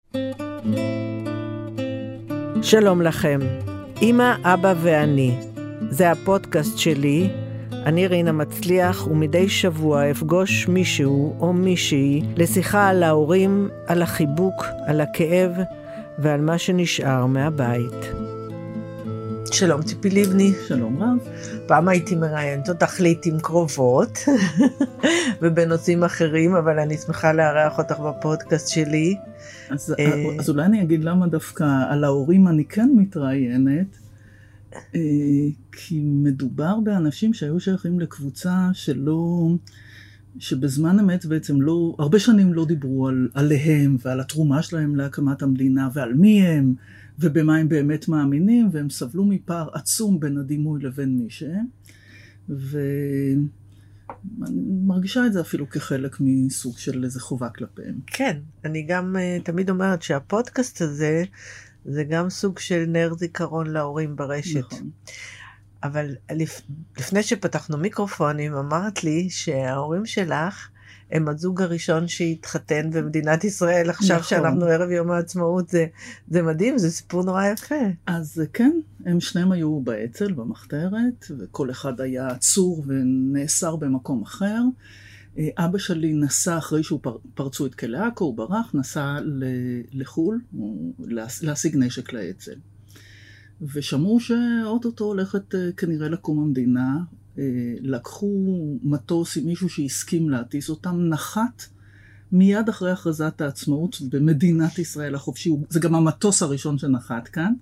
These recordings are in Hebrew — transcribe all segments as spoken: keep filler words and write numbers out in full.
שלום לכם, אמא, אבא ואני. זה הפודקאסט שלי, אני רינה מצליח, ומדי שבוע אפגוש מישהו או מישהי לשיחה על ההורים, על החיבוק, על הכאב ועל מה שנשאר מהבית. שלום ציפי לבני. שלום רב. פעם הייתי מראיינת אותך לעתים קרובות ובנושאים אחרים, אבל אני שמחה לארח אותך בפודקאסט שלי. אז, אז אולי אני אגיד למה דווקא על ההורים אני כן מתראיינת, כי מדובר באנשים שהיו שייכים לקבוצה שלא, שבזמן אמת בעצם לא, הרבה שנים לא דיברו על, עליהם ועל התרומה שלהם להקמת המדינה ועל מי הם ובמה הם באמת מאמינים, והם סבלו מפער עצום בין הדימוי לבין מי שהם, ואני מרגישה את זה אפילו כחלק מסוג של איזה חובה כלפיהם. כן, אני גם uh, תמיד אומרת שהפודקאסט הזה, זה גם סוג של נר זיכרון להורים ברשת. נכון. אבל לפ... לפני שפתחנו מיקרופונים, אמרת לי שההורים שלך, הם הזוג הראשון שהתחתן במדינת ישראל, עכשיו נכון. שאנחנו ערב יום העצמאות, זה, זה מדהים, זה סיפור נורא יפה. אז כן, הם שניהם היו באצ"ל, במחתרת, וכל אחד היה עצור ונאסר במקום אחר. אבא שלי נסע אחרי שהוא פר, פרצו את כלא עכו, הוא ברח, נסע לחול, להשיג נשק לאצ"ל. ושמעו שאוטוטו הולכת כנראה לקום המדינה, לקחו מטוס עם מישהו שהסכים להטיס אותם, נחת מיד אחרי הכרזת העצמאות במדינת ישראל החופשי, זה גם המטוס הראשון שנחת כאן,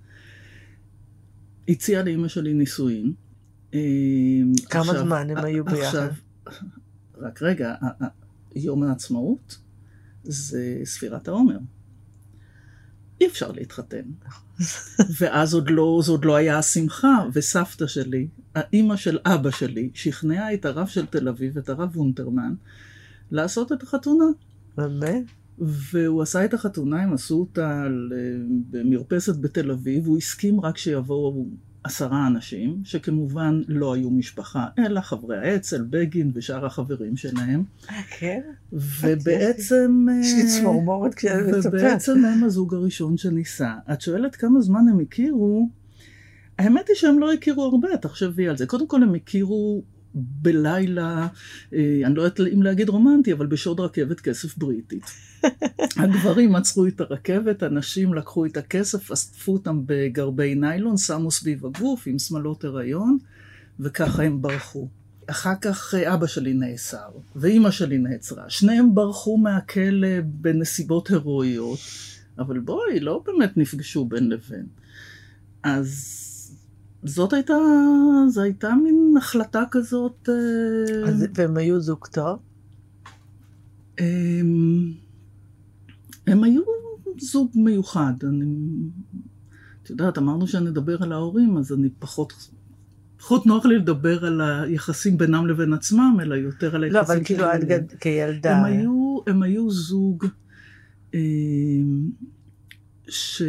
הציע לאמא שלי נישואין. כמה עכשיו, זמן הם היו ביחד? עכשיו, רק רגע, יום העצמאות זה ספירת העומר. אי אפשר להתחתן. ואז עוד לא, זה עוד לא היה השמחה, וסבתא שלי, האמא של אבא שלי, שכנעה את הרב של תל אביב, את הרב וונטרמן, לעשות את החתונה. באמת? והוא עשה את החתונה, הם עשו אותה במרפסת בתל אביב, הוא הסכים רק שיבואו עשרה אנשים, שכמובן לא היו משפחה, אלא חברי האצ"ל, בגין ושאר החברים שלהם. כן? ובעצם... יש לי צמרמורת כשאני מצפה. ובעצם הם הזוג הראשון שניסה. את שואלת כמה זמן הם הכירו? האמת היא שהם לא הכירו הרבה, תחשבי על זה. קודם כל הם הכירו בלילה, אני לא יודעת אם להגיד רומנטי, אבל בשוד רכבת כסף בריטית. הגברים עצרו את הרכבת, הנשים לקחו את הכסף, אספו אותם בגרבי ניילון, שמו סביב הגוף עם שמלות הריון, וככה הם ברחו. אחר כך אבא שלי נאסר, ואמא שלי נעצרה. שניהם ברחו מהכלא בנסיבות הירואיות, אבל בואי, לא באמת נפגשו בין לבין. אז זאת הייתה, זו הייתה מין החלטה כזאת. אז, והם היו זוג טוב? הם, הם היו זוג מיוחד. אני, את יודעת, אמרנו שנדבר על ההורים, אז אני פחות, פחות נוח לי לדבר על היחסים בינם לבין עצמם, אלא יותר על היחסים. לא, אבל כאילו עד גד, כילדה. הם היו, הם היו זוג ש...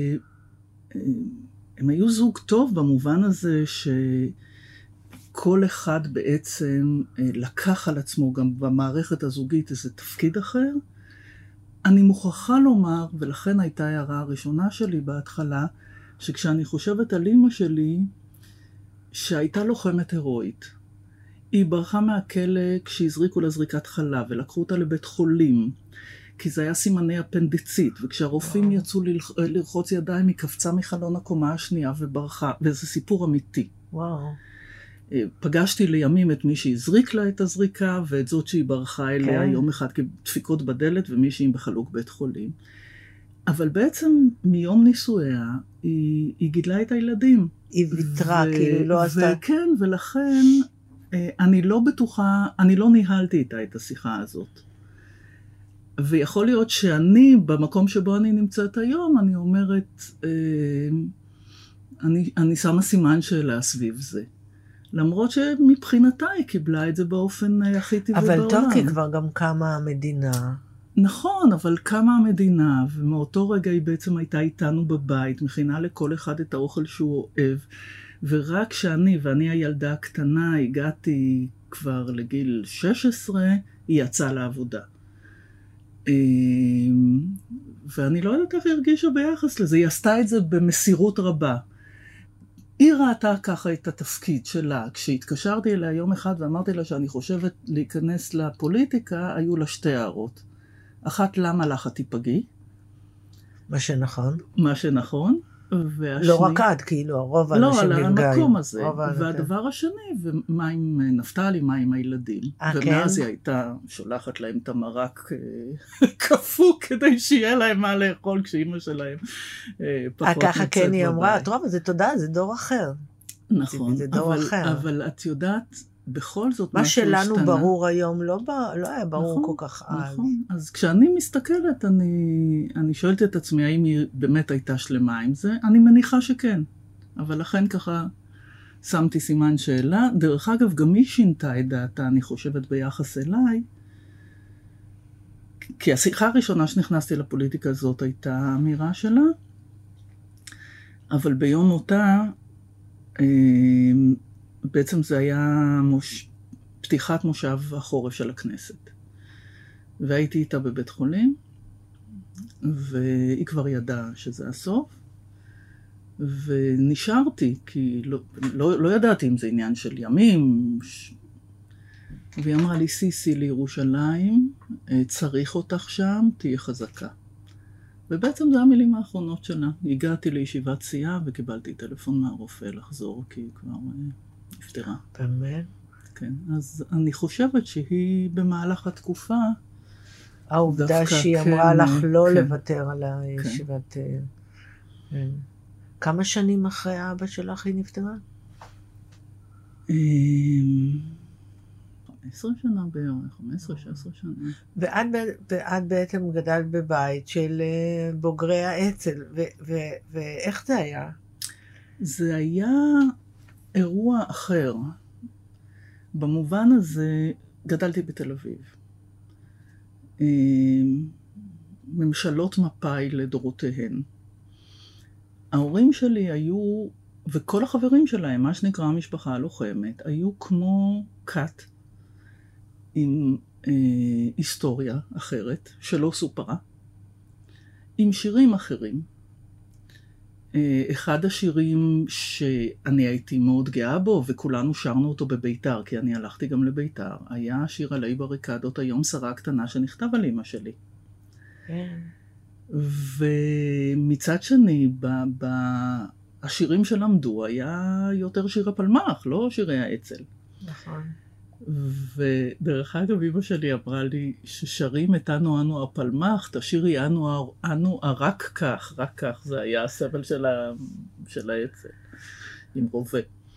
הם היו זוג טוב במובן הזה שכל אחד בעצם לקח על עצמו גם במערכת הזוגית איזה תפקיד אחר. אני מוכרחה לומר, ולכן הייתה הערה הראשונה שלי בהתחלה, שכשאני חושבת על אמא שלי, שהייתה לוחמת הירואית. היא ברחה מהכלא כשהזריקו לה זריקת חלב ולקחו אותה לבית חולים. כי זה היה סימני אפנדיצית, וכשהרופאים וואו. יצאו ללח... לרחוץ ידיים, היא קפצה מחלון הקומה השנייה וברחה, וזה סיפור אמיתי. וואו. פגשתי לימים את מי שהזריק לה את הזריקה, ואת זאת שהיא ברחה אליה כן. יום אחד כדפיקות בדלת, ומישהי בחלוק בית חולים. אבל בעצם מיום נישואיה, היא, היא גידלה את הילדים. היא ויתרה, ו... כאילו לא עשתה... וכן, ולכן אני לא בטוחה, אני לא ניהלתי איתה את השיחה הזאת. ויכול להיות שאני, במקום שבו אני נמצאת היום, אני אומרת, אה, אני, אני שמה סימן שאלה סביב זה. למרות שמבחינתה היא קיבלה את זה באופן הכי טבעי בעולם. אבל טוב, כי כבר גם קמה המדינה. נכון, אבל קמה המדינה, ומאותו רגע היא בעצם הייתה איתנו בבית, מכינה לכל אחד את האוכל שהוא אוהב, ורק שאני, ואני הילדה הקטנה, הגעתי כבר לגיל שש עשרה, היא יצאה לעבודה. ואני לא יודעת איך היא הרגישה ביחס לזה, היא עשתה את זה במסירות רבה. היא ראתה ככה את התפקיד שלה. כשהתקשרתי אליה יום אחד ואמרתי לה שאני חושבת להיכנס לפוליטיקה, היו לה שתי הערות. אחת, למה לך את תיפגעי? מה שנכון. מה שנכון. והשני... לא רק עד, כאילו, הרוב האנשים נפגעים. לא, על המקום הזה. והדבר השני, ומה עם נפתלי, מה עם הילדים? ומאז היא הייתה שולחת להם את המרק קפוא, כדי שיהיה להם מה לאכול, כשאימא שלהם פחות נצאת בבית. ככה כן היא אמרה, טוב, זה תודה, זה דור אחר. נכון, זה דור אבל, אחר. אבל את יודעת... בכל זאת מה שלנו השתנה. ברור היום לא, לא היה ברור נכון, כל כך אז. נכון, אז כשאני מסתכלת, אני, אני שואלת את עצמי, האם היא באמת הייתה שלמה עם זה? אני מניחה שכן, אבל לכן ככה שמתי סימן שאלה. דרך אגב, גם היא שינתה את דעתה, אני חושבת, ביחס אליי, כי השיחה הראשונה שנכנסתי לפוליטיקה הזאת הייתה האמירה שלה, אבל ביום מותה, אה, בעצם זה היה מוש... פתיחת מושב החורף של הכנסת. והייתי איתה בבית חולים, והיא כבר ידעה שזה הסוף, ונשארתי, כי לא, לא, לא ידעתי אם זה עניין של ימים, ש... והיא אמרה לי, סיסי לירושלים, צריך אותך שם, תהיה חזקה. ובעצם זה המילים האחרונות שלה. הגעתי לישיבת סיעה וקיבלתי טלפון מהרופא לחזור, כי היא כבר... נפטרה. באמת? כן, אז אני חושבת שהיא במהלך התקופה... העובדה שהיא כן, אמרה לך לא כן, לוותר על הישיבת... כן. כמה שנים אחרי האבא שלך היא נפטרה? חמש עשרה שנה בערך, חמש עשרה שש עשרה שנה. ואת, ואת בעצם גדלת בבית של בוגרי האצ"ל, ו, ו, ואיך זה היה? זה היה... אירוע אחר. במובן הזה גדלתי בתל אביב. ממשלות מפא"י לדורותיהן. ההורים שלי היו, וכל החברים שלהם, מה שנקרא המשפחה הלוחמת, היו כמו כת עם אה, היסטוריה אחרת שלא סופרה, עם שירים אחרים. אחד השירים שאני הייתי מאוד גאה בו, וכולנו שרנו אותו בביתר, כי אני הלכתי גם לביתר, היה שיר עלי בריקדות, היום שרה קטנה, שנכתב על אמא שלי. ומצד שני, ב- ב- השירים שלמדו היה יותר שירי פלמח, לא שירי האצ"ל. נכון. ודרך אגב, אמא שלי אמרה לי ששרים את אנו אנו הפלמח, תשירי אנו אנו רק כך, רק כך, זה היה הסבל של, ה... של האצ"ל, עם רובה.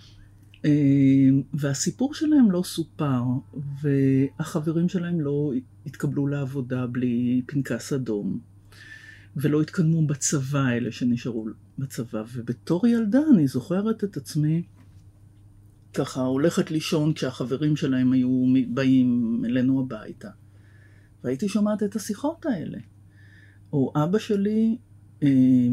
והסיפור שלהם לא סופר, והחברים שלהם לא התקבלו לעבודה בלי פנקס אדום, ולא התקדמו בצבא, אלה שנשארו בצבא. ובתור ילדה אני זוכרת את עצמי, ככה הולכת לישון כשהחברים שלהם היו באים אלינו הביתה. והייתי שומעת את השיחות האלה. או אבא שלי, אה,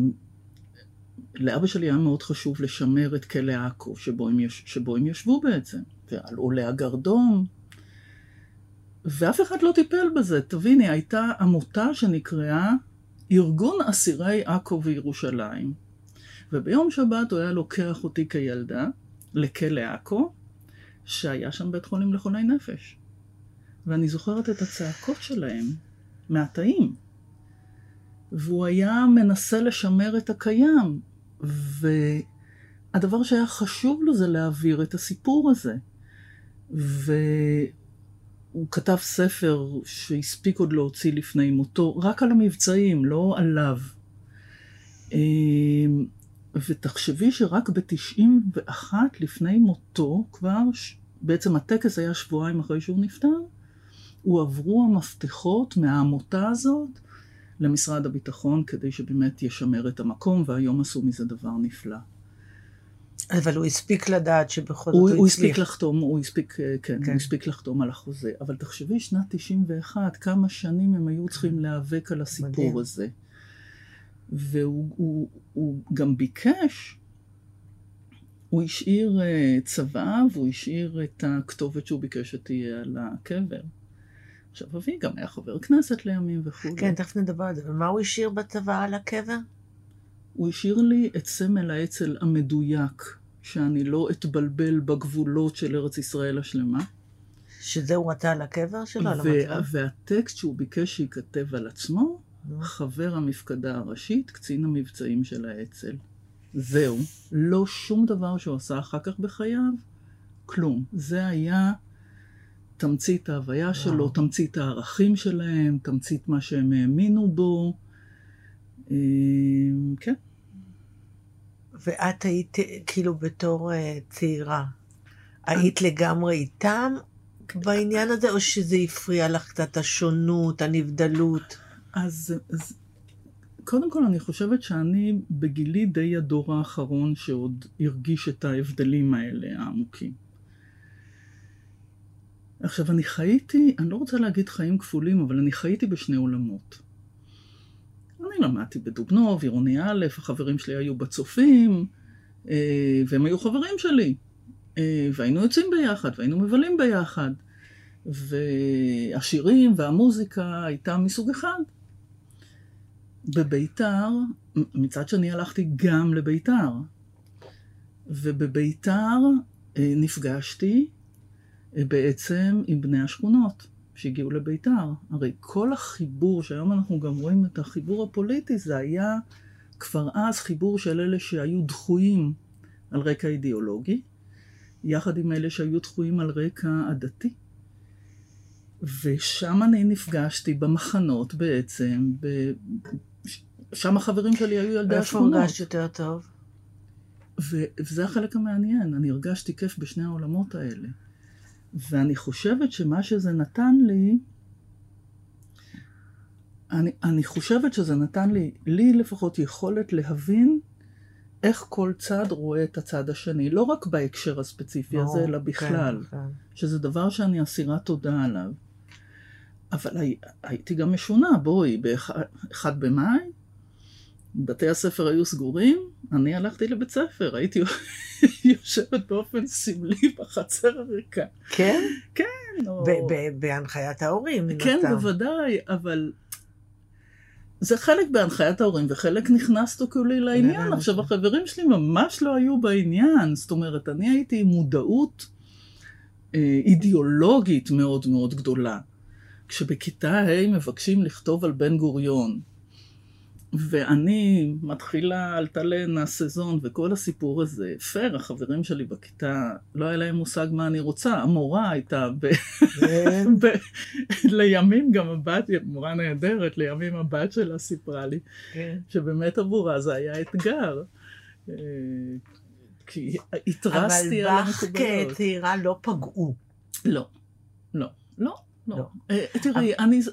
לאבא שלי היה מאוד חשוב לשמר את כלא עכו, שבו הם, יש, שבו הם ישבו בעצם. ועל עולי הגרדום. ואף אחד לא טיפל בזה. תביני, הייתה עמותה שנקראה ארגון אסירי עכו וירושלים. וביום שבת הוא היה לוקח אותי כילדה, לכלא עכו, שהיה שם בית חולים לחולי נפש. ואני זוכרת את הצעקות שלהם מהתאים. והוא היה מנסה לשמר את הקיים. והדבר שהיה חשוב לו זה להעביר את הסיפור הזה. והוא כתב ספר שהספיק עוד להוציא לפני מותו, רק על המבצעים, לא עליו. ותחשבי שרק ב-תשעים ואחת לפני מותו, כבר, בעצם הטקס היה שבועיים אחרי שהוא נפטר, הוא עברו המפתחות מהעמותה הזאת למשרד הביטחון, כדי שבאמת ישמר את המקום, והיום עשו מזה דבר נפלא. אבל הוא הספיק לדעת שבכל זאת הוא, הוא, הוא הספיק לחתום, הוא הספיק, כן, כן. הוא הספיק לחתום על החוזה. אבל תחשבי, שנת תשעים ואחת, כמה שנים הם היו צריכים להיאבק על הסיפור מדהים. הזה. והוא הוא, הוא גם ביקש, הוא השאיר צבא, והוא השאיר את הכתובת שהוא ביקש שתהיה על הקבר. עכשיו, אבי גם היה חבר כנסת לימים וכו'. כן, תכף נדבר על זה. ומה הוא השאיר בצבא על הקבר? הוא השאיר לי את סמל האצ"ל המדויק, שאני לא אתבלבל בגבולות של ארץ ישראל השלמה. שזה הוא רצה על הקבר שלו? ו- והטקסט שהוא ביקש שיכתב על עצמו, חבר המפקדה הראשית, קצין המבצעים של האצ"ל. זהו. לא שום דבר שהוא עשה אחר כך בחייו, כלום. זה היה תמצית ההוויה שלו, תמצית הערכים שלהם, תמצית מה שהם האמינו בו. כן. ואת היית כאילו בתור צעירה, היית לגמרי איתם בעניין הזה, או שזה הפריע לך קצת השונות, הנבדלות? אז, אז קודם כל אני חושבת שאני בגילי די הדור האחרון שעוד הרגיש את ההבדלים האלה העמוקים. עכשיו אני חייתי, אני לא רוצה להגיד חיים כפולים, אבל אני חייתי בשני עולמות. אני למדתי בדובנוב, עירוני א', החברים שלי היו בצופים, והם היו חברים שלי. והיינו יוצאים ביחד, והיינו מבלים ביחד. והשירים והמוזיקה הייתה מסוג אחד. בביתר, מצד שני הלכתי גם לביתר. ובביתר נפגשתי בעצם עם בני השכונות שהגיעו לביתר. הרי כל החיבור, שהיום אנחנו גם רואים את החיבור הפוליטי, זה היה כבר אז חיבור של אלה שהיו דחויים על רקע אידיאולוגי, יחד עם אלה שהיו דחויים על רקע עדתי. ושם אני נפגשתי במחנות בעצם, ב... שם החברים שלי היו ילדי השכונות. איפה הרגשת יותר טוב? ו... וזה החלק המעניין, אני הרגשתי כיף בשני העולמות האלה. ואני חושבת שמה שזה נתן לי, אני, אני חושבת שזה נתן לי, לי לפחות יכולת להבין איך כל צד רואה את הצד השני, לא רק בהקשר הספציפי הזה, אלא בכלל, כן, כן. שזה דבר שאני אסירה תודה עליו. אבל הי, הייתי גם משונה, בואי, באחד במאי, בתי הספר היו סגורים, אני הלכתי לבית ספר, הייתי יושבת באופן סמלי בחצר הריקה. כן? כן. או... בהנחיית ההורים. כן, בוודאי, אבל זה חלק בהנחיית ההורים, וחלק נכנס כולי לעניין. עכשיו, החברים שלי ממש לא היו בעניין, זאת אומרת, אני הייתי עם מודעות אידיאולוגית מאוד מאוד גדולה. כשבכיתה ה' מבקשים לכתוב על בן גוריון, ואני מתחילה על תלן הסזון וכל הסיפור הזה, פר, החברים שלי בכיתה, לא היה להם מושג מה אני רוצה, המורה הייתה ב... ב... לימים גם הבת, מורה נהדרת, לימים הבת שלה סיפרה לי, שבאמת עבורה זה היה אתגר, כי התרסתי על המקובלות. אבל בך כצעירה לא פגעו. לא, לא, לא, לא. תראי, אני...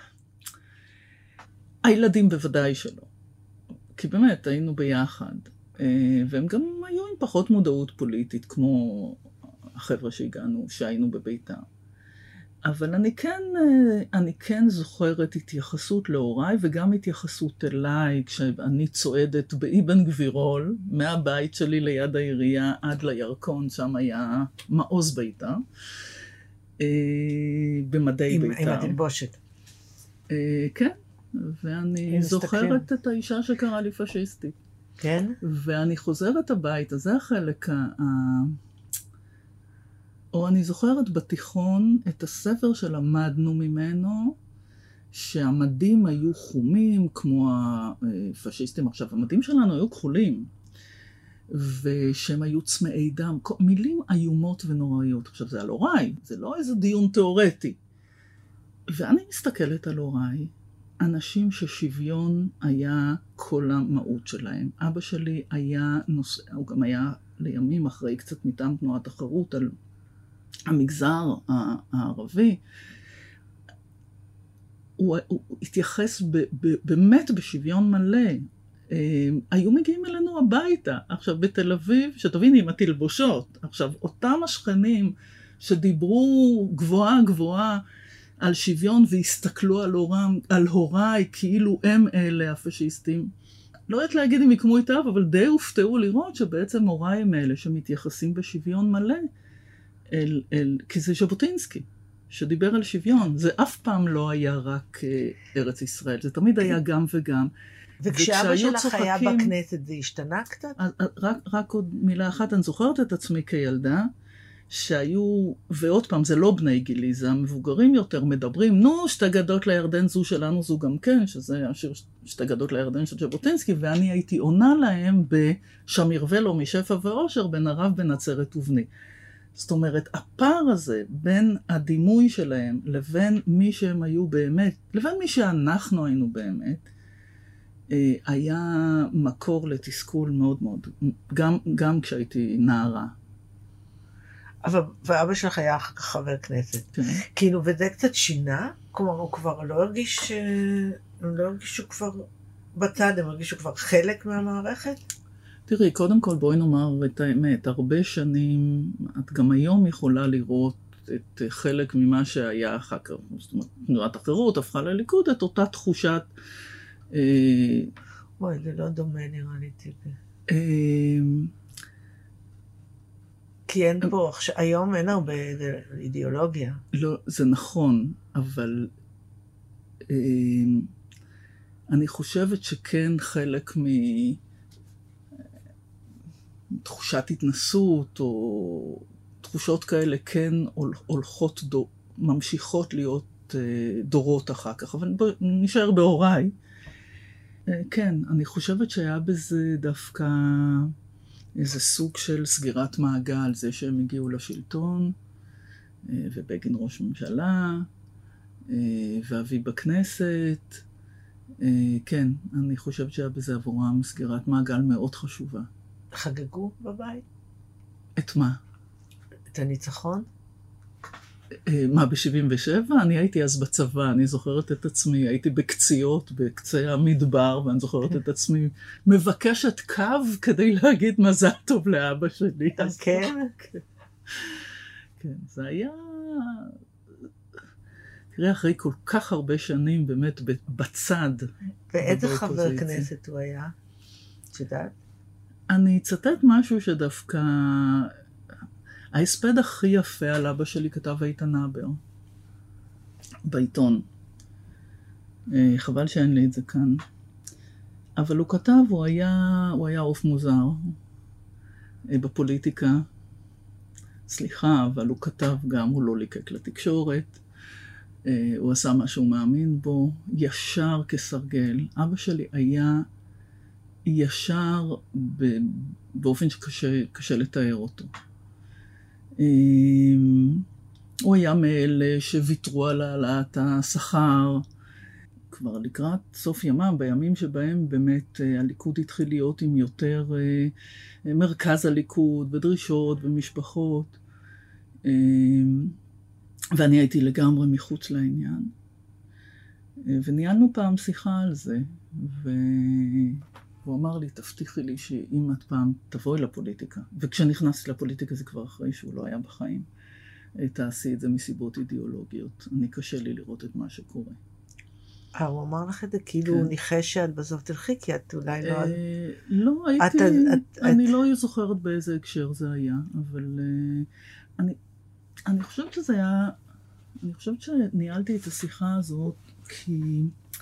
הילדים בוודאי שלא, כי באמת היינו ביחד, והם גם היו עם פחות מודעות פוליטית, כמו החבר'ה שהגענו, שהיינו בביתה. אבל אני כן, אני כן זוכרת התייחסות להוריי, וגם התייחסות אליי, כשאני צועדת באבן גבירול, מהבית שלי ליד העירייה עד לירקון, שם היה מעוז ביתה, במדי ביתה. עם התלבושת. כן. ואני זוכרת את האישה שקראה לי פשיסטית. כן? ואני חוזרת הביתה, זה החלק ה... או אני זוכרת בתיכון את הספר שלמדנו ממנו, שהמדים היו חומים, כמו הפשיסטים. עכשיו, המדים שלנו היו כחולים, ושהם היו צמאי דם, מילים איומות ונוראיות. עכשיו, זה על הוריי, זה לא איזה דיון תיאורטי. ואני מסתכלת על הוריי, אנשים ששוויון היה כל המהות שלהם. אבא שלי היה נושא, הוא גם היה לימים אחרי קצת מטעם תנועת תחרות על המגזר הערבי. הוא, הוא התייחס ב, ב, באמת בשוויון מלא. היו מגיעים אלינו הביתה, עכשיו בתל אביב, שתביני עם התלבושות, עכשיו אותם השכנים שדיברו גבוהה גבוהה, על שוויון והסתכלו על, הורם, על הוריי כאילו הם אלה הפשיסטים. לא יודעת להגיד אם יקמו איתה, אבל די הופתעו לראות שבעצם הוריי הם אלה שמתייחסים בשוויון מלא, אל, אל, כי זה ז'בוטינסקי, שדיבר על שוויון. זה אף פעם לא היה רק ארץ ישראל, זה תמיד היה גם וגם. וכשאבא שלך צוחקים, היה בכנסת זה השתנה קצת? רק, רק עוד מילה אחת, אני זוכרת את עצמי כילדה, שהיו, ועוד פעם, זה לא בני גילי, זה המבוגרים יותר מדברים, נו, שתי גדות לירדן זו שלנו זו גם כן, שזה השיר שתי גדות לירדן של ז'בוטינסקי, ואני הייתי עונה להם בשמיר ולו משפע ואושר, בין הרב בנצרת ובני. זאת אומרת, הפער הזה בין הדימוי שלהם לבין מי שהם היו באמת, לבין מי שאנחנו היינו באמת, היה מקור לתסכול מאוד מאוד, גם, גם כשהייתי נערה. אבל, ואבא שלך היה חבר כנסת. כן. כאילו, וזה קצת שינה? כלומר, הוא כבר לא הרגיש, הם לא הרגישו כבר בצד, הם הרגישו כבר חלק מהמערכת? תראי, קודם כל בואי נאמר את האמת, הרבה שנים, את גם היום יכולה לראות את חלק ממה שהיה אחר כך, זאת אומרת, תנועת החירות הפכה לליכוד, את אותה תחושת... וואי, זה לא דומה נראה לי טיפי. כי אין פה, היום אין הרבה אידיאולוגיה. לא, זה נכון, אבל אני חושבת שכן חלק מתחושת התנסות, או תחושות כאלה כן הולכות, ממשיכות להיות דורות אחר כך, אבל נשאר בהוריי. כן, אני חושבת שהיה בזה דווקא איזה סוג של סגירת מעגל, זה שהם הגיעו לשלטון, ובגין ראש ממשלה, ואבי בכנסת. כן, אני חושבת שהיה בזה עבורם סגירת מעגל מאוד חשובה. חגגו בבית? את מה? את הניצחון? מה, ב-שבעים ושבע? אני הייתי אז בצבא, אני זוכרת את עצמי, הייתי בקציות, בקצה המדבר, ואני זוכרת את עצמי מבקשת קו כדי להגיד מזל טוב לאבא שלי. כן? כן, זה היה... תראה, אחרי כל כך הרבה שנים, באמת, בצד. ואיזה חבר כנסת הוא היה? את יודעת? אני אצטט משהו שדווקא... ההספד הכי יפה על אבא שלי כתב איתן נאבר, בעיתון. חבל שאין לי את זה כאן. אבל הוא כתב, הוא היה, הוא היה עוף מוזר בפוליטיקה. סליחה, אבל הוא כתב גם, הוא לא ליקק לתקשורת. הוא עשה מה שהוא מאמין בו, ישר כסרגל. אבא שלי היה ישר באופן שקשה קשה לתאר אותו. הוא היה מאלה שוויתרו על העלאת השכר, כבר לקראת סוף ימם, בימים שבהם באמת הליכוד התחיל להיות עם יותר מרכז הליכוד ודרישות ומשפחות, ואני הייתי לגמרי מחוץ לעניין. וניהלנו פעם שיחה על זה, והוא אמר לי, תבטיחי לי שאם את פעם תבואי לפוליטיקה, וכשנכנסתי לפוליטיקה זה כבר אחרי שהוא לא היה בחיים, תעשי את זה מסיבות אידיאולוגיות. אני קשה לי לראות את מה שקורה. אה, הוא אמר לך את זה, כאילו הוא ניחש שאת בסוף תלכי, כי את אולי לא... לא, הייתי... אני לא זוכרת באיזה הקשר זה היה, אבל אני חושבת שזה היה... אני חושבת שניהלתי את השיחה הזאת, כי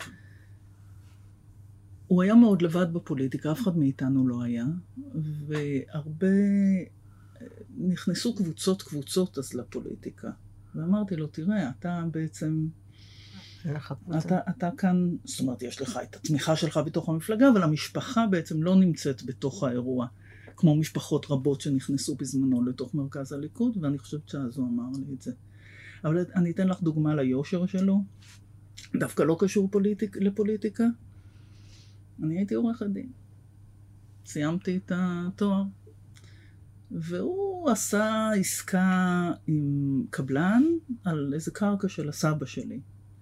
הוא היה מאוד לבד בפוליטיקה, אף אחד מאיתנו לא היה, והרבה נכנסו קבוצות קבוצות אז לפוליטיקה. ואמרתי לו, תראה, אתה בעצם... אתה, אתה כאן, זאת אומרת, יש לך את התמיכה שלך בתוך המפלגה, אבל המשפחה בעצם לא נמצאת בתוך האירוע, כמו משפחות רבות שנכנסו בזמנו לתוך מרכז הליכוד, ואני חושבת שאז הוא אמר לי את זה. אבל אני אתן לך דוגמה ליושר שלו, דווקא לא קשור פוליטיק, לפוליטיקה. אני הייתי עורך הדין. סיימתי את התואר. והוא עשה עסקה עם קבלן על איזה קרקע של הסבא שלי.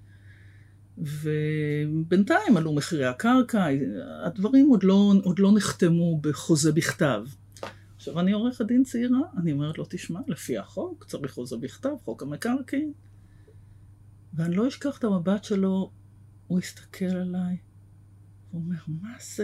ובינתיים עלו מחירי הקרקע, הדברים עוד לא, עוד לא נחתמו בחוזה בכתב. עכשיו אני עורך הדין צעירה, אני אומרת לו, תשמע, לפי החוק צריך חוזה בכתב, חוק המקרקעין. ואני לא אשכח את המבט שלו, הוא הסתכל עליי, הוא אומר, מה זה?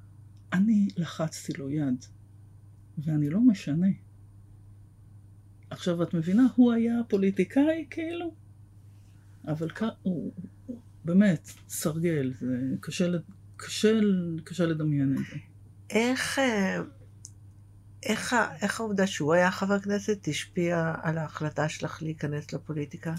אני לחצתי לו יד, ואני לא משנה. עכשיו את מבינה, הוא היה פוליטיקאי כאילו, אבל כ... הוא, הוא באמת סרגל, זה קשה, קשה, קשה לדמיין את זה. איך, איך, איך העובדה שהוא היה חבר כנסת השפיע על ההחלטה שלך להיכנס לפוליטיקה?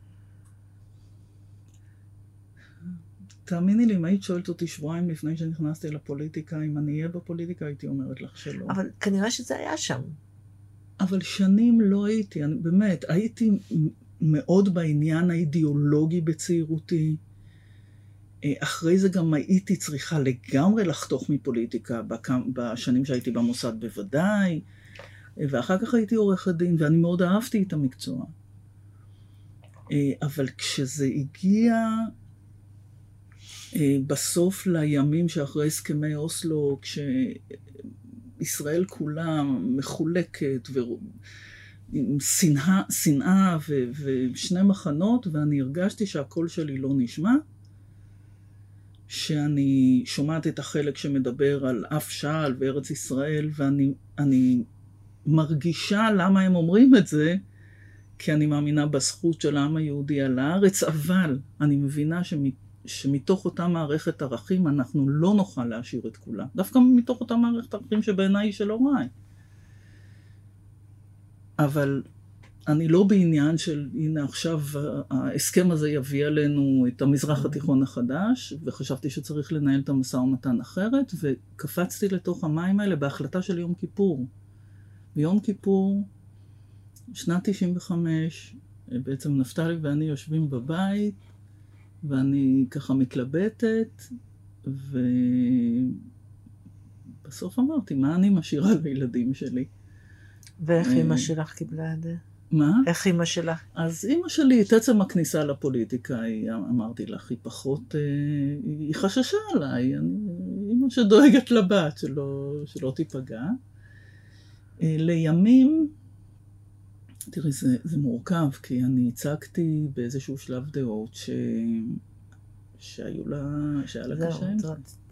תאמיני לי, אם היית שואלת אותי שבועיים לפני שנכנסתי לפוליטיקה, אם אני אהיה בפוליטיקה, הייתי אומרת לך שלא. אבל כנראה שזה היה שם. אבל שנים לא הייתי, אני, באמת, הייתי מאוד בעניין האידיאולוגי בצעירותי. אחרי זה גם הייתי צריכה לגמרי לחתוך מפוליטיקה, בשנים שהייתי במוסד בוודאי, ואחר כך הייתי עורכת דין, ואני מאוד אהבתי את המקצוע. אבל כשזה הגיע בסוף לימים שאחרי הסכמי אוסלו, כשישראל כולה מחולקת עם שנאה, שנאה ו- ושני מחנות, ואני הרגשתי שהקול שלי לא נשמע, שאני שומעת את החלק שמדבר על אף שעל וארץ ישראל, ואני אני מרגישה למה הם אומרים את זה, כי אני מאמינה בזכות של העם היהודי על הארץ, אבל אני מבינה שמ- שמתוך אותה מערכת ערכים אנחנו לא נוכל להשאיר את כולה. דווקא מתוך אותה מערכת ערכים שבעיניי היא של הוריי. אבל אני לא בעניין של, הנה עכשיו ההסכם הזה יביא עלינו את המזרח התיכון החדש, וחשבתי שצריך לנהל את המשא ומתן אחרת, וקפצתי לתוך המים האלה בהחלטה של יום כיפור. ביום כיפור, שנת תשעים וחמש, בעצם נפתלי ואני יושבים בבית, ואני ככה מתלבטת, ובסוף אמרתי, מה אני משאירה לילדים שלי? ואיך אמא שלך קיבלה את זה? מה? איך אמא שלך? אז אמא שלי, את עצם הכניסה לפוליטיקה, היא, אמרתי לך, היא פחות, היא חששה עליי, אני, אמא שדואגת לבת, שלא, שלא תיפגע. לימים, תראי, זה, זה מורכב, כי אני הצגתי באיזשהו שלב דעות ש... שהיו לה, שהיה לה קשה עם זה.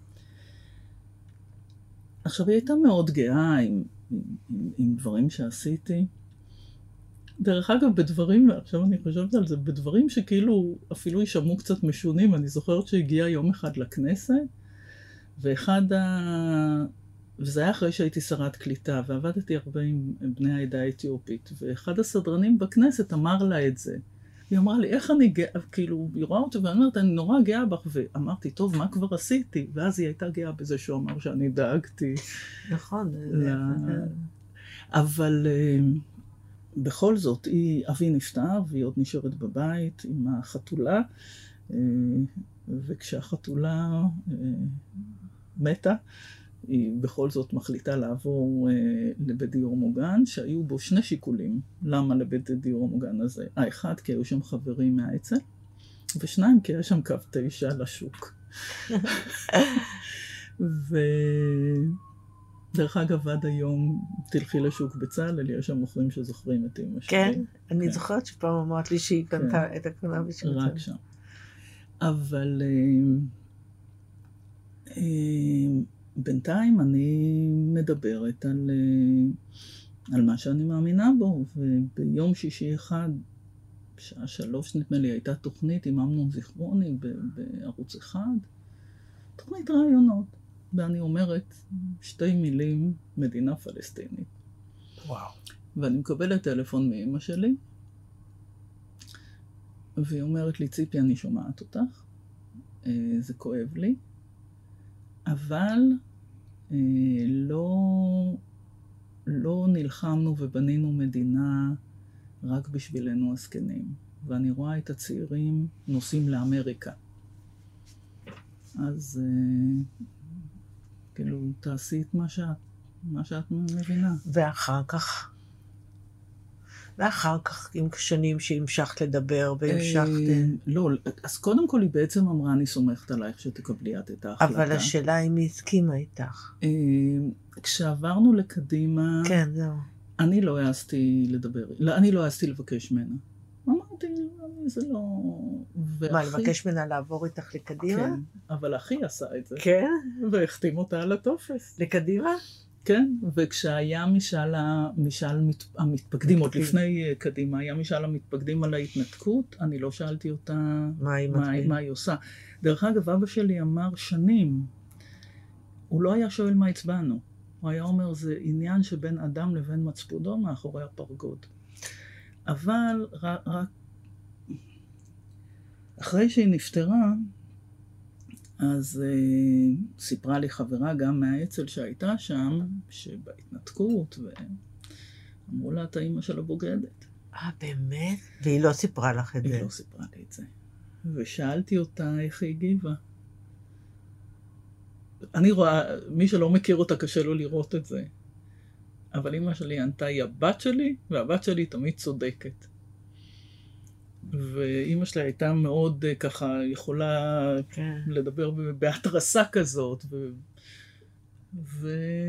עכשיו, היא הייתה מאוד גאה עם, עם, עם דברים שעשיתי. דרך אגב, בדברים, עכשיו אני חושבת על זה, בדברים שכאילו אפילו יישמעו קצת משונים, אני זוכרת שהגיע יום אחד לכנסת, ואחד ה... וזה היה אחרי שהייתי שרת קליטה, ועבדתי הרבה עם בני העדה האתיופית, ואחד הסדרנים בכנסת אמר לה את זה. היא אמרה לי, איך אני גאה, כאילו, היא רואה אותי, ואני אומרת, אני נורא גאה בך, ואמרתי, טוב, מה כבר עשיתי? ואז היא הייתה גאה בזה שהוא אמר שאני דאגתי. נכון. אבל בכל זאת, אבי נפטר, והיא עוד נשארת בבית עם החתולה, וכשהחתולה מתה, היא בכל זאת מחליטה לעבור אה, לבית דיור מוגן, שהיו בו שני שיקולים. למה לבית דיור מוגן הזה? האחד, כי היו שם חברים מהאצ"ל, ושניים, כי היה שם קו תשע לשוק. ודרך אגב, עד היום תלכי לשוק בצהל, יש שם מוכרים שזוכרים את אמא שלי. כן? אני כן. זוכרת שפעם אמרת לי שהיא קנתה כן. את הקנה בשביל זה. רק שם. אבל... אה, אה, בינתיים אני מדברת על, על מה שאני מאמינה בו, וביום שישי אחד, בשעה שלוש נדמה לי, הייתה תוכנית עם אמנון זיכרוני בערוץ אחד, תוכנית רעיונות, ואני אומרת שתי מילים, מדינה פלסטינית. וואו. ואני מקבלת טלפון מאמא שלי, והיא אומרת לי, ציפי, אני שומעת אותך, זה כואב לי, אבל אה, לא, לא נלחמנו ובנינו מדינה רק בשבילנו הזקנים. ואני רואה את הצעירים נוסעים לאמריקה. אז אה, כאילו, תעשי את מה שאת, מה שאת מבינה. ואחר כך? ואחר כך, עם שנים שהמשכת לדבר והמשכת... לא, אז קודם כל היא בעצם אמרה, אני סומכת עלייך שתקבלי את ההחלטה. אבל השאלה אם היא הסכימה איתך. כשעברנו לקדימה... כן, זהו. אני לא העזתי לדבר, אני לא העזתי לבקש ממנה. אמרתי, זה לא... מה, לבקש ממנה לעבור איתך לקדימה? כן, אבל אחי עשה את זה. כן? והחתים אותה על הטופס. לקדימה? כן, וכשהיה משאל, משאל המתפקדים, עוד לפני קדימה, היה משאל המתפקדים על ההתנתקות, אני לא שאלתי אותה מה היא, מה, מה היא עושה. דרך אגב, אבא שלי אמר שנים, הוא לא היה שואל מה הצבענו. הוא היה אומר, זה עניין שבין אדם לבין מצפודו מאחורי הפרגוד. אבל רק, רק אחרי שהיא נפטרה, אז uh, סיפרה לי חברה גם מהאצ"ל שהייתה שם, שבהתנתקות, ואמרו לה, את האמא של הבוגדת. אה, באמת? והיא לא סיפרה לך את זה? היא לא סיפרה לי את זה. ושאלתי אותה איך היא הגיבה. אני רואה, מי שלא מכיר אותה קשה לו לראות את זה. אבל אמא שלי ענתה, היא הבת שלי, והבת שלי תמיד צודקת. ואמא שלי הייתה מאוד ככה, יכולה כן. לדבר בהתרסה כזאת. ו... ו...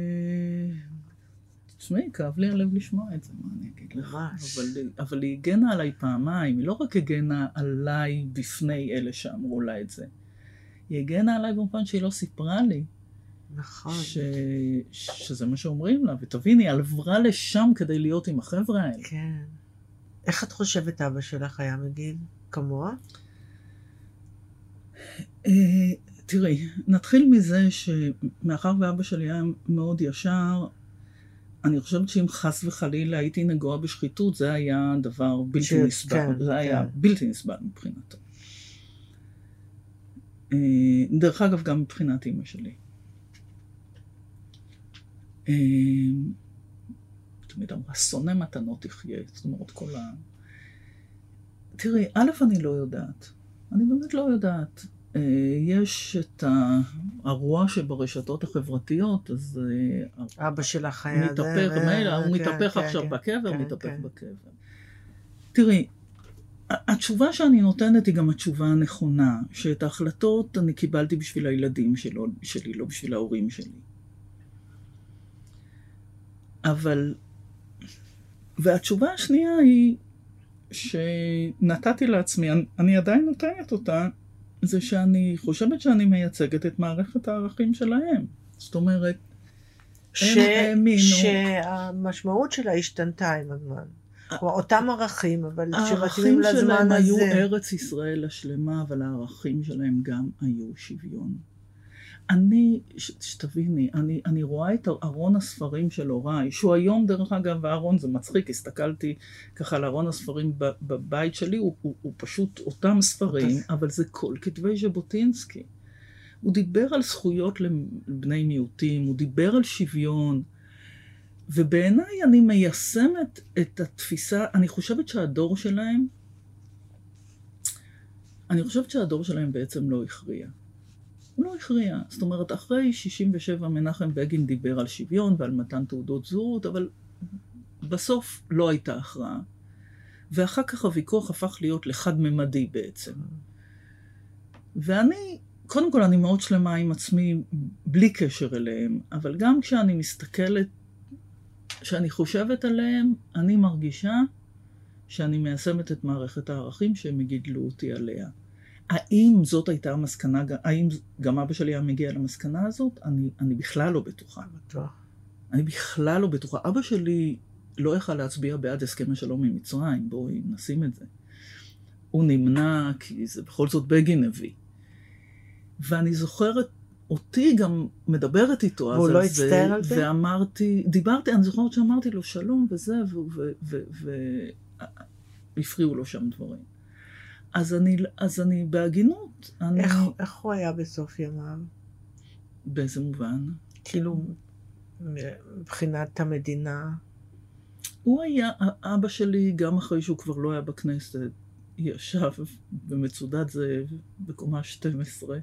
תשמעי, כאב לי הלב לשמוע את זה, מה אני אגיד לך. אבל, אבל היא הגנה עליי פעמיים, היא לא רק הגנה עליי בפני אלה שאמרו לה את זה. היא הגנה עליי במובן שהיא לא סיפרה לי. נכון. ש... שזה מה שאומרים לה, ותביני, היא עברה לשם כדי להיות עם החבר'ה האלה. כן. איך את חושבת אבא שלך היה מגיב? כמוה? תראי, נתחיל מזה שמאחר ואבא שלי היה מאוד ישר, אני חושבת שאם חס וחלילה הייתי נגועה בשחיתות, זה היה דבר בלתי נסבל. זה היה בלתי נסבל מבחינתו. דרך אגב, גם מבחינת אמא שלי. תמיד אמרה, שונא מתנות תחיה, זאת אומרת, כל ה... תראי, א', אני לא יודעת. אני באמת לא יודעת. יש את הרוע שברשתות החברתיות, אז... אבא שלך היה מתהפך, הוא מתהפך עכשיו בקבר, מתהפך בקבר. תראי, התשובה שאני נותנת היא גם התשובה הנכונה, שאת ההחלטות אני קיבלתי בשביל הילדים שלי, לא בשביל ההורים שלי. אבל... והתשובה השנייה היא שנתתי לעצמי, אני עדיין נותנת אותה, זה שאני חושבת שאני מייצגת את מערכת הערכים שלהם. זאת אומרת, ש... הם האמינו... שהמשמעות שלה השתנתה עם הזמן. אותם ערכים, אבל שמתאימים לזמן הזה. הערכים שלהם היו ארץ ישראל השלמה, אבל הערכים שלהם גם היו שוויון. אני, שתביני, אני, אני רואה את ארון הספרים של הוריי, שהוא היום דרך אגב, הארון זה מצחיק, הסתכלתי ככה על ארון הספרים בבית שלי, הוא, הוא, הוא פשוט אותם ספרים, אבל זה כל כתבי ז'בוטינסקי. הוא דיבר על זכויות לבני מיעוטים, הוא דיבר על שוויון, ובעיניי אני מיישמת את התפיסה, אני חושבת שהדור שלהם, אני חושבת שהדור שלהם בעצם לא הכריע. הוא לא הכריע. זאת אומרת, אחרי שישים ושבע מנחם בגין דיבר על שוויון ועל מתן תעודות זהות, אבל בסוף לא הייתה הכרעה. ואחר כך הוויכוח הפך להיות לחד-ממדי בעצם. ואני, קודם כל אני מאוד שלמה עם עצמי בלי קשר אליהם, אבל גם כשאני מסתכלת, כשאני חושבת עליהם, אני מרגישה שאני מיישמת את מערכת הערכים שהם גידלו אותי עליה. האם זאת הייתה המסקנה, האם גם אבא שלי היה מגיע למסקנה הזאת? אני, אני בכלל לא בטוחה. בטוח. אני בכלל לא בטוחה. אבא שלי לא יכל להצביע בעד הסכם השלום עם מצרים, בואי נשים את זה. הוא נמנע כי זה בכל זאת בגין הביא. ואני זוכרת, אותי גם מדברת איתו אז על זה. והוא לא הצטער על זה? ואמרתי, דיברתי, אני זוכרת שאמרתי לו שלום וזה, והפריעו לו שם דברים. אז אני, אז אני בהגינות. אני... איך, איך הוא היה בסוף ימיו? באיזה מובן? כאילו, מבחינת המדינה. הוא היה, אבא שלי, גם אחרי שהוא כבר לא היה בכנסת, ישב במצודת זאב, בקומה שתים עשרה,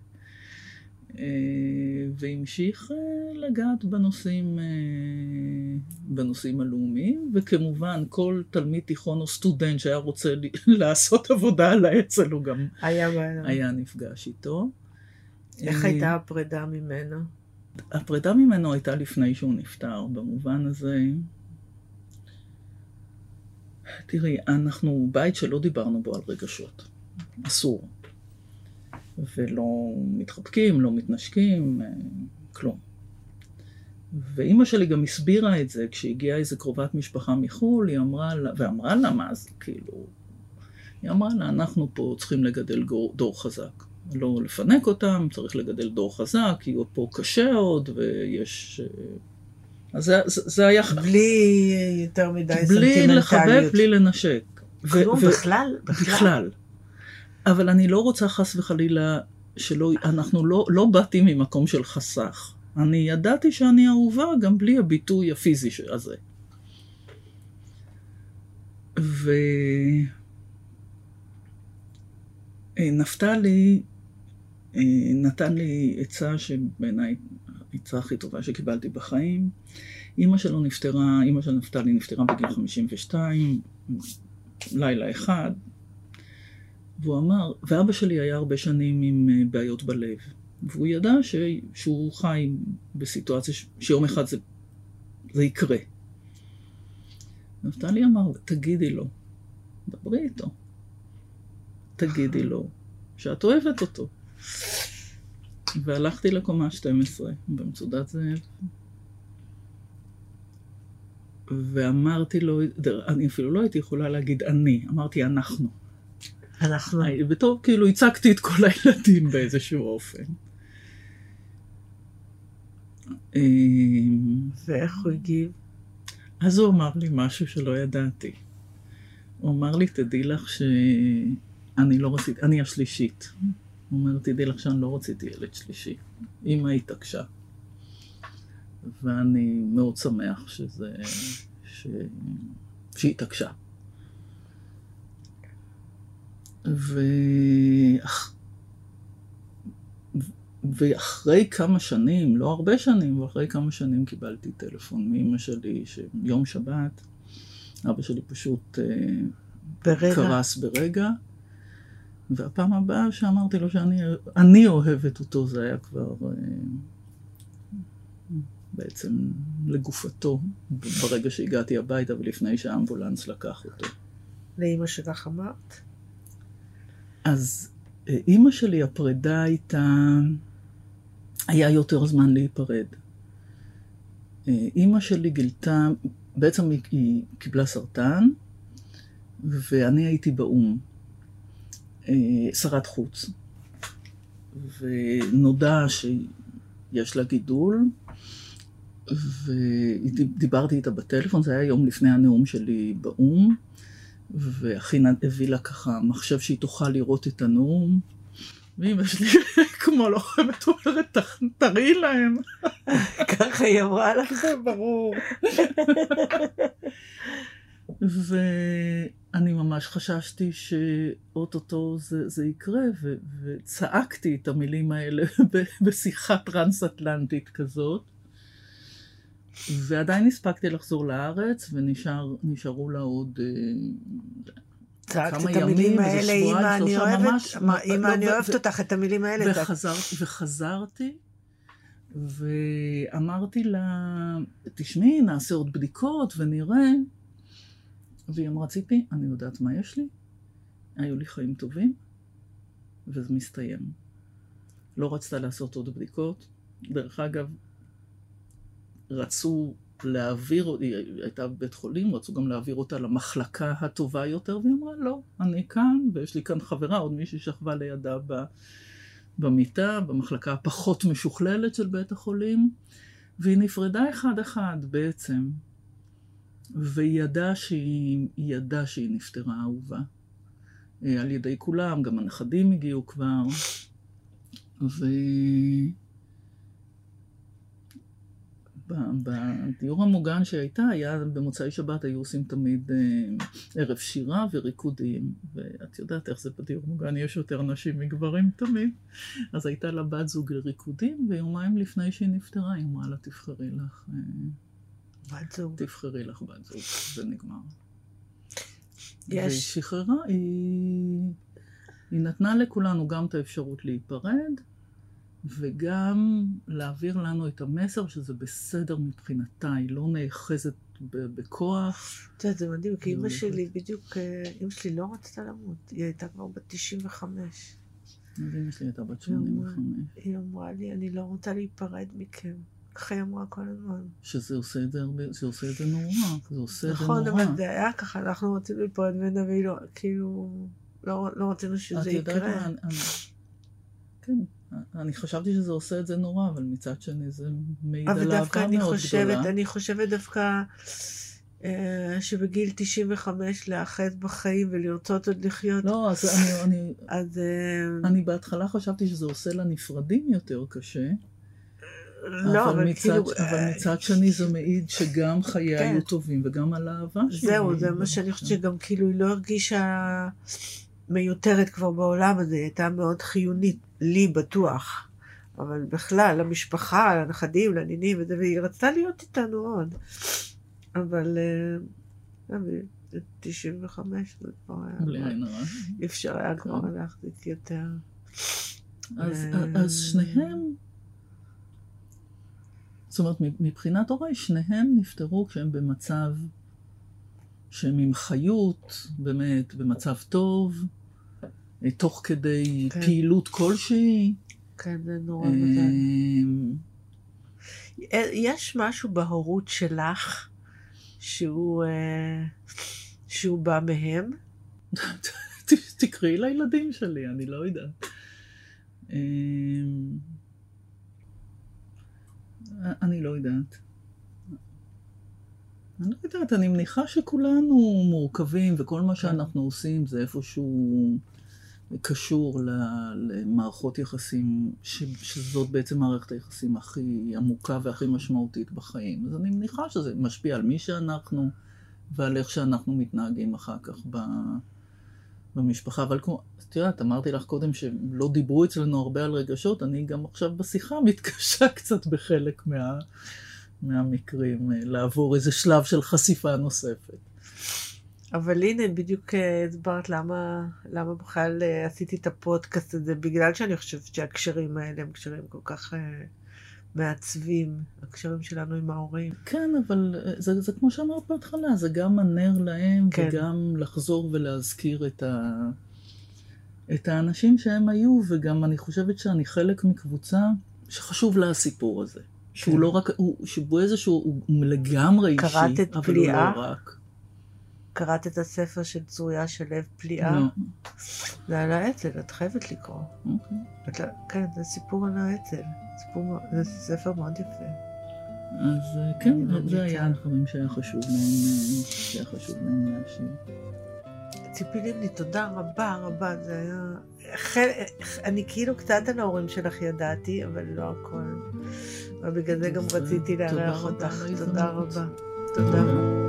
והמשיך לגעת בנושאים, בנושאים הלאומיים, וכמובן כל תלמיד תיכון או סטודנט שהיה רוצה לעשות עבודה על האצ"ל, הוא גם היה, היה נפגש איתו. איך הייתה הפרידה ממנו? הפרידה ממנו הייתה לפני שהוא נפטר, במובן הזה. תראי, אנחנו בית שלא דיברנו בו על רגשות. אסור. ולא מתחבקים, לא מתנשקים, כלום. ואימא שלי גם הסבירה את זה, כשהגיעה איזו קרובת משפחה מחול, היא אמרה לה, ואמרה לה מה זה, כאילו, היא אמרה לה, אנחנו פה צריכים לגדל דור חזק. לא לפנק אותם, צריך לגדל דור חזק, כי פה קשה עוד, ויש... אז זה, זה, זה היה... בלי יותר מדי סנטימנטליות. בלי לחבק, בלי לנשק. כלום, ו- בכלל, בכלל. בכלל. אבל אני לא רוצה חס וחלילה, שלא, אנחנו לא, לא באתי ממקום של חסך. אני ידעתי שאני אהובה גם בלי הביטוי הפיזי הזה. ונפתלי נתן לי עצה שבעיניי העצה הכי טובה שקיבלתי בחיים. אמא שלו נפטרה, אמא של נפתלי נפטרה בגיל חמישים ושתיים, לילה אחד, והוא אמר, ואבא שלי היה הרבה שנים עם בעיות בלב, והוא ידע ש, שהוא חי בסיטואציה ש, שיום אחד זה, זה יקרה. נפתלי אמר, תגידי לו, דברי איתו, תגידי לו שאת אוהבת אותו. והלכתי לקומה שתים עשרה במצודת זאב, ואמרתי לו, אני אפילו לא הייתי יכולה להגיד אני, אמרתי אנחנו. אנחנו. וטוב, כאילו הצגתי את כל הילדים באיזשהו אופן. ואיך הוא הגיב? אז הוא אמר לי משהו שלא ידעתי. הוא אמר לי, תדעי לך שאני לא רציתי, אני השלישית. הוא אומר, תדעי לך שאני לא רציתי ילד שלישי. אמא התעקשה. ואני מאוד שמח שזה, ש... שהיא התעקשה. ואח... ואחרי כמה שנים, לא הרבה שנים, ואחרי כמה שנים קיבלתי טלפון מאמא שלי, שיום שבת, אבא שלי פשוט ברגע. קרס ברגע, והפעם הבאה שאמרתי לו שאני אני אוהבת אותו, זה היה כבר בעצם לגופתו, ברגע שהגעתי הביתה ולפני שהאמבולנס לקח אותו. לאמא שלך אמרת? אז אמא שלי, הפרידה הייתה, היה יותר זמן להיפרד. אמא שלי גילתה, בעצם היא, היא קיבלה סרטן, ואני הייתי באום, שרת חוץ. ונודע שיש לה גידול, ודיברתי איתה בטלפון, זה היה יום לפני הנאום שלי באום, ואחי הביא לה ככה מחשב שהיא תוכל לראות את הנאום, ואמא שלי כמו לוחמת אומרת, תראי להם. ככה היא אמרה לך. זה ברור. ואני ממש חששתי שאוטוטו זה, זה יקרה, ו, וצעקתי את המילים האלה בשיחה טרנס-אטלנטית כזאת. ועדיין הספקתי לחזור לארץ, ונשארו לה עוד כמה ימים, המילים האלה, אמא אני אוהבת, אמא אני אוהבת אותך, את המילים האלה. וחזרתי, ואמרתי לה, תשמעי, נעשה עוד בדיקות ונראה. והיא אמרה, ציפי, אני יודעת מה יש לי, היו לי חיים טובים, וזה מסתיים. לא רצתה לעשות עוד בדיקות. דרך אגב, רצו להעביר, היא הייתה בבית חולים, רצו גם להעביר אותה למחלקה הטובה יותר, והיא אמרה, לא, אני כאן, ויש לי כאן חברה, עוד מישהי שכבה לידה במיטה, במחלקה הפחות משוכללת של בית החולים, והיא נפרדה אחד אחד בעצם, והיא ידעה שהיא, היא ידעה שהיא נפטרה אהובה. על ידי כולם, גם הנכדים הגיעו כבר, ו... בדיור המוגן שהייתה, היה במוצאי שבת, היו עושים תמיד ערב שירה וריקודים, ואת יודעת איך זה בדיור מוגן, יש יותר נשים מגברים תמיד. אז הייתה לה בת זוג לריקודים, ויומיים לפני שהיא נפטרה, היא אמרה לה, תבחרי לך בת זוג. תבחרי לך בת זוג, זה נגמר. יש. והיא שחררה, היא... היא נתנה לכולנו גם את האפשרות להיפרד, וגם להעביר לנו את המסר שזה בסדר מבחינתה, היא לא נאחזת בכוח. אתה יודע, זה מדהים, כי אמא שלי בדיוק, אמא שלי לא רצתה למות, היא הייתה כבר בת תשעים וחמש. אז אמא שלי הייתה בת שמונים וחמש. היא אמרה לי, אני לא רוצה להיפרד מכם. ככה היא אמרה כל הזמן. שזה עושה את זה הרבה, זה עושה את זה נורא, זה עושה את זה נכון, נורא. אבל זה היה ככה, אנחנו רצינו להיפרד ממנה, והיא לא, כאילו, לא, לא רצינו שזה יקרה. את יודעת מה, אני, כן, אני חשבתי שזה עושה את זה נורא, אבל מצד שני זה מעיד על אהבה מאוד גדולה. אני חושבת דווקא אה, שבגיל תשעים וחמש לאחד בחיים ולרצות עוד לחיות. לא, אז אני, אני, אז, אה, אני בהתחלה חשבתי שזה עושה לנפרדים יותר קשה. לא, אבל, אבל מצד, כאילו... אבל מצד שני זה מעיד שגם חיי כן. היו טובים וגם על האהבה שלי. זהו, זה מה שאני חושבת שגם כאילו היא לא הרגישה מיותרת כבר בעולם הזה, היא הייתה מאוד חיונית, לי בטוח. אבל בכלל, למשפחה, לנכדים, לנינים וזה, והיא רצתה להיות איתנו עוד. אבל תשעים וחמש זה כבר היה... בלי עין הרע. אי אפשר היה כבר להחזיק יותר. אז שניהם... זאת אומרת, מבחינת הוריי, שניהם נפטרו כשהם במצב שהם עם חיות, באמת, במצב טוב, תוך כדי כן. פעילות כלשהי. כן, זה נורא מזל. יש משהו בהורות שלך שהוא, שהוא בא מהם? תקראי לילדים שלי, אני לא יודעת. אני לא יודעת. אני לא יודעת, אני מניחה שכולנו מורכבים, וכל מה שאנחנו עושים זה איפשהו קשור למערכות יחסים, שזאת בעצם מערכת היחסים הכי עמוקה והכי משמעותית בחיים. אז אני מניחה שזה משפיע על מי שאנחנו, ועל איך שאנחנו מתנהגים אחר כך במשפחה. אבל כמו, את יודעת, אמרתי לך קודם שלא דיברו אצלנו הרבה על רגשות, אני גם עכשיו בשיחה מתקשה קצת בחלק מה, מהמקרים, לעבור איזה שלב של חשיפה נוספת. אבל הנה, בדיוק הסברת למה, למה בכלל עשיתי את הפודקאסט הזה, בגלל שאני חושבת שהקשרים האלה הם קשרים כל כך מעצבים, הקשרים שלנו עם ההורים. כן, אבל זה, זה כמו שאמרת בהתחלה, זה גם הנר להם, כן. וגם לחזור ולהזכיר את, ה, את האנשים שהם היו, וגם אני חושבת שאני חלק מקבוצה שחשוב לה הסיפור הזה. כן. שהוא לא רק, הוא, שהוא איזשהו, הוא לגמרי אישי, אבל פליאה. הוא לא רק. קראת את הספר של צוריה של לב פליאה? לא. זה על האצ"ל, את חייבת לקרוא. אוקיי. כן, זה סיפור על האצ"ל. זה ספר מאוד יפה. אז כן, זה היה הדברים שהיה חשוב להם, שהיה חשוב להם להשאיר. ציפי לבני, תודה רבה רבה, זה היה... אני כאילו קצת על ההורים שלך ידעתי, אבל לא הכל. ובגלל זה גם רציתי לארח אותך. תודה רבה. תודה.